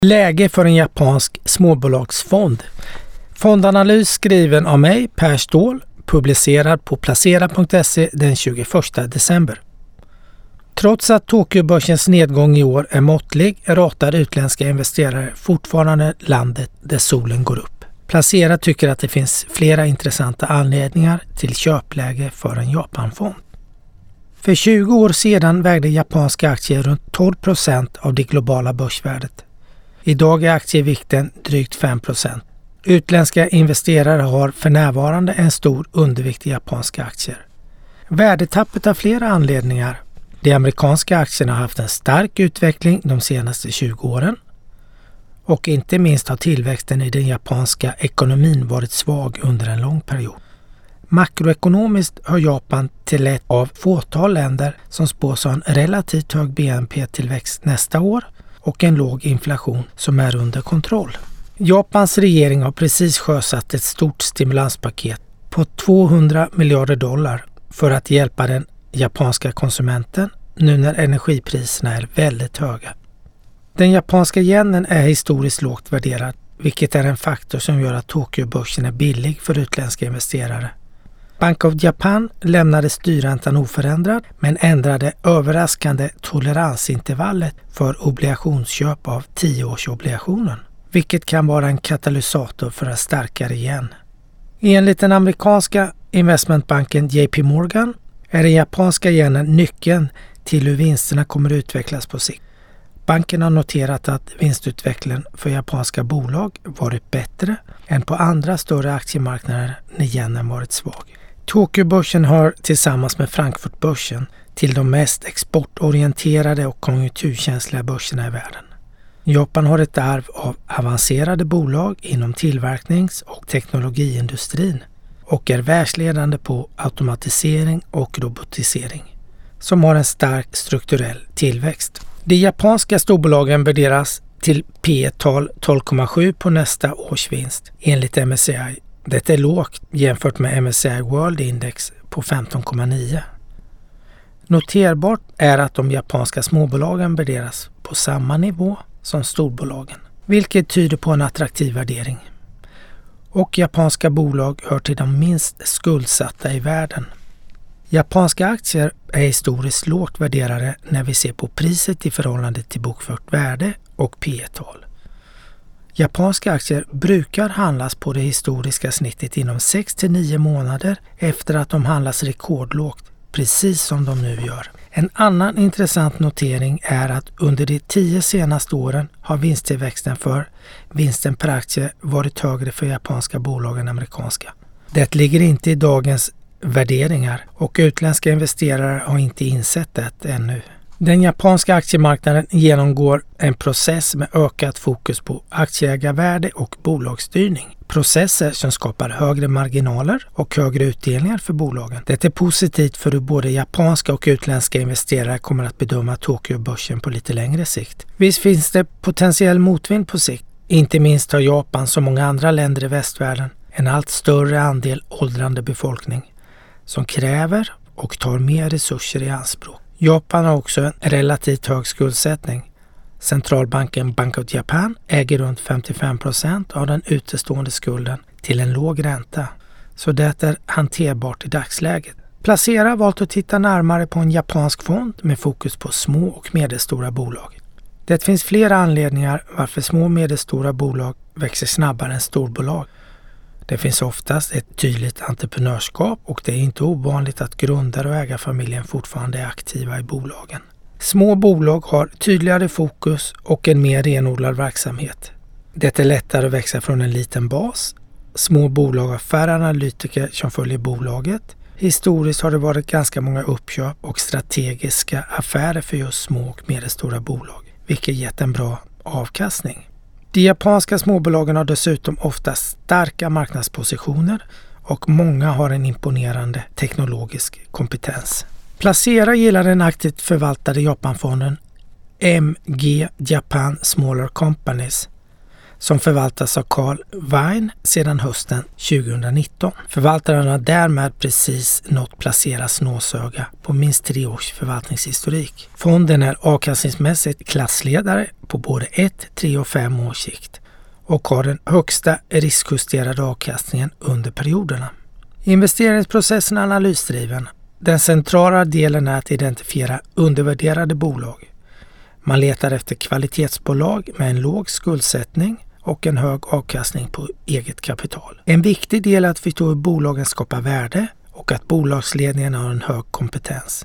Läge för en japansk småbolagsfond. Fondanalys skriven av mig, Per Ståhl, publicerad på placera.se den 21 december. Trots att Tokyobörsens nedgång i år är måttlig ratar utländska investerare fortfarande landet där solen går upp. Placera tycker att det finns flera intressanta anledningar till köpläge för en Japanfond. För 20 år sedan vägde japanska aktier runt 12% av det globala börsvärdet. Idag är aktievikten drygt 5%. Utländska investerare har för närvarande en stor undervikt i japanska aktier. Värdetappet har flera anledningar. De amerikanska aktierna har haft en stark utveckling de senaste 20 åren. Och inte minst har tillväxten i den japanska ekonomin varit svag under en lång period. Makroekonomiskt hör Japan till ett av fåtal länder som spås ha en relativt hög BNP-tillväxt nästa år och en låg inflation som är under kontroll. Japans regering har precis sjösatt ett stort stimulanspaket på $200 miljarder för att hjälpa den japanska konsumenten nu när energipriserna är väldigt höga. Den japanska yenen är historiskt lågt värderad, vilket är en faktor som gör att Tokyobörsen är billig för utländska investerare. Bank of Japan lämnade styrräntan oförändrad men ändrade överraskande toleransintervallet för obligationsköp av 10-årsobligationen, vilket kan vara en katalysator för en starkare yen. Enligt den amerikanska investmentbanken JP Morgan är den japanska yenen nyckeln till hur vinsterna kommer att utvecklas på sikt. Banken har noterat att vinstutvecklingen för japanska bolag varit bättre än på andra större aktiemarknader när yenen varit svag. Tokyobörsen hör tillsammans med Frankfurtbörsen till de mest exportorienterade och konjunkturkänsliga börserna i världen. Japan har ett arv av avancerade bolag inom tillverknings- och teknologiindustrin och är världsledande på automatisering och robotisering, som har en stark strukturell tillväxt. De japanska storbolagen värderas till P/tal 12,7 på nästa års vinst enligt MSCI. Det är lågt jämfört med MSCI World Index på 15,9. Noterbart är att de japanska småbolagen värderas på samma nivå som storbolagen, vilket tyder på en attraktiv värdering. Och japanska bolag hör till de minst skuldsatta i världen. Japanska aktier är historiskt lågt värderade när vi ser på priset i förhållande till bokfört värde och P/tal. Japanska aktier brukar handlas på det historiska snittet inom 6-9 månader efter att de handlas rekordlågt, precis som de nu gör. En annan intressant notering är att under de 10 senaste åren har vinsttillväxten för vinsten per aktie varit högre för japanska bolag än amerikanska. Det ligger inte i dagens värderingar och utländska investerare har inte insett det ännu. Den japanska aktiemarknaden genomgår en process med ökat fokus på aktieägarvärde och bolagsstyrning. Processer som skapar högre marginaler och högre utdelningar för bolagen. Det är positivt för hur både japanska och utländska investerare kommer att bedöma Tokyobörsen på lite längre sikt. Visst finns det potentiell motvind på sikt. Inte minst har Japan som många andra länder i västvärlden en allt större andel åldrande befolkning som kräver och tar mer resurser i anspråk. Japan har också en relativt hög skuldsättning. Centralbanken Bank of Japan äger runt 55% av den utestående skulden till en låg ränta, så det är hanterbart i dagsläget. Placera har valt att titta närmare på en japansk fond med fokus på små och medelstora bolag. Det finns flera anledningar varför små och medelstora bolag växer snabbare än storbolag. Det finns oftast ett tydligt entreprenörskap och det är inte ovanligt att grundare och ägarfamiljen fortfarande är aktiva i bolagen. Små bolag har tydligare fokus och en mer renodlad verksamhet. Det är lättare att växa från en liten bas. Små bolag har färre analytiker som följer bolaget. Historiskt har det varit ganska många uppköp och strategiska affärer för just små och medelstora bolag, vilket gett en bra avkastning. De japanska småbolagen har dessutom ofta starka marknadspositioner och många har en imponerande teknologisk kompetens. Placera gillar den aktivt förvaltade Japanfonden MG Japan Smaller Companies som förvaltas av Carl Wein sedan hösten 2019. Förvaltaren har därmed precis nått placeras nåsöga på minst 3 års förvaltningshistorik. Fonden är avkastningsmässigt klassledare på både 1, 3 och 5 års sikt och har den högsta riskjusterade avkastningen under perioderna. Investeringsprocessen är analysdriven. Den centrala delen är att identifiera undervärderade bolag. Man letar efter kvalitetsbolag med en låg skuldsättning och en hög avkastning på eget kapital. En viktig del är att förstå hur bolagen skapar värde och att bolagsledningen har en hög kompetens.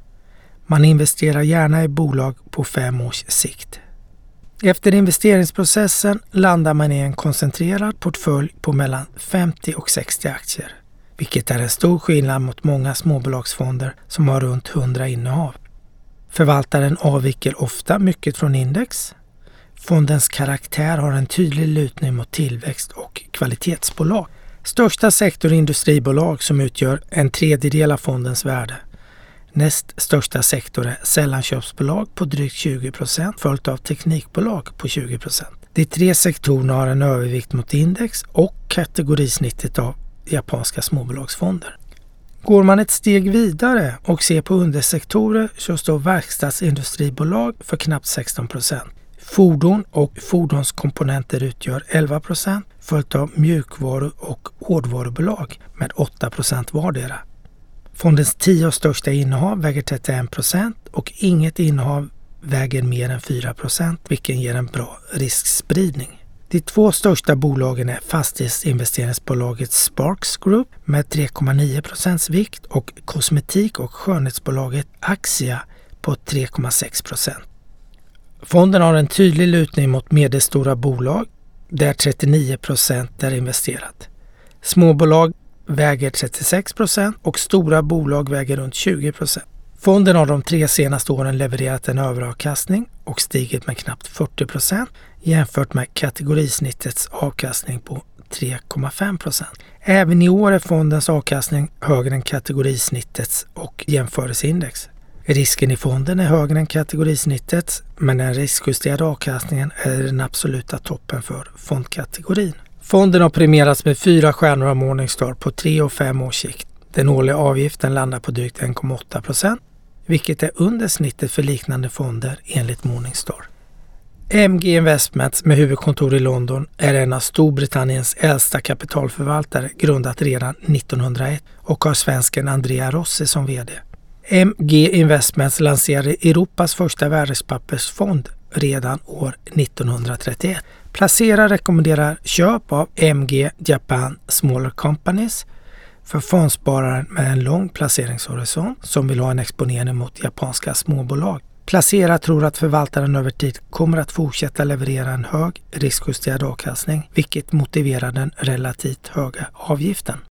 Man investerar gärna i bolag på 5 års sikt. Efter investeringsprocessen landar man i en koncentrerad portfölj på mellan 50 och 60 aktier, vilket är en stor skillnad mot många småbolagsfonder som har runt 100 innehav. Förvaltaren avviker ofta mycket från index. Fondens karaktär har en tydlig lutning mot tillväxt och kvalitetsbolag. Största sektor är industribolag som utgör 1/3 av fondens värde. Näst största sektor är sällanköpsbolag på drygt 20%, följt av teknikbolag på 20%. De 3 sektorerna har en övervikt mot index och kategorisnittet av japanska småbolagsfonder. Går man ett steg vidare och ser på undersektorer så står verkstadsindustribolag för knappt 16%. Fordon och fordonskomponenter utgör 11%, följt av mjukvaru- och hårdvarubolag med 8% vardera. Fondens 10 största innehav väger 31% och inget innehav väger mer än 4%, vilken ger en bra riskspridning. De 2 största bolagen är fastighetsinvesteringsbolaget Sparks Group med 3,9% vikt och kosmetik- och skönhetsbolaget Axia på 3,6%. Fonden har en tydlig lutning mot medelstora bolag där 39% är investerat. Småbolag väger 36% och stora bolag väger runt 20%. Fonden har de 3 senaste åren levererat en överavkastning och stigit med knappt 40% jämfört med kategorisnittets avkastning på 3,5%. Även i år är fondens avkastning högre än kategorisnittets och jämförelseindex. Risken i fonden är högre än kategorisnittets, men den riskjusterade avkastningen är den absoluta toppen för fondkategorin. Fonden har premierats med 4 stjärnor av Morningstar på 3 och 5 års sikt. Den årliga avgiften landar på drygt 1,8%, vilket är under snittet för liknande fonder enligt Morningstar. MG Investments med huvudkontor i London är en av Storbritanniens äldsta kapitalförvaltare, grundat redan 1901 och har svensken Andrea Rossi som vd. MG Investments lanserade Europas första värdepappersfond redan år 1931. Placera rekommenderar köp av MG Japan Smaller Companies för fondspararen med en lång placeringshorisont som vill ha en exponering mot japanska småbolag. Placera tror att förvaltaren över tid kommer att fortsätta leverera en hög riskjusterad avkastning, vilket motiverar den relativt höga avgiften.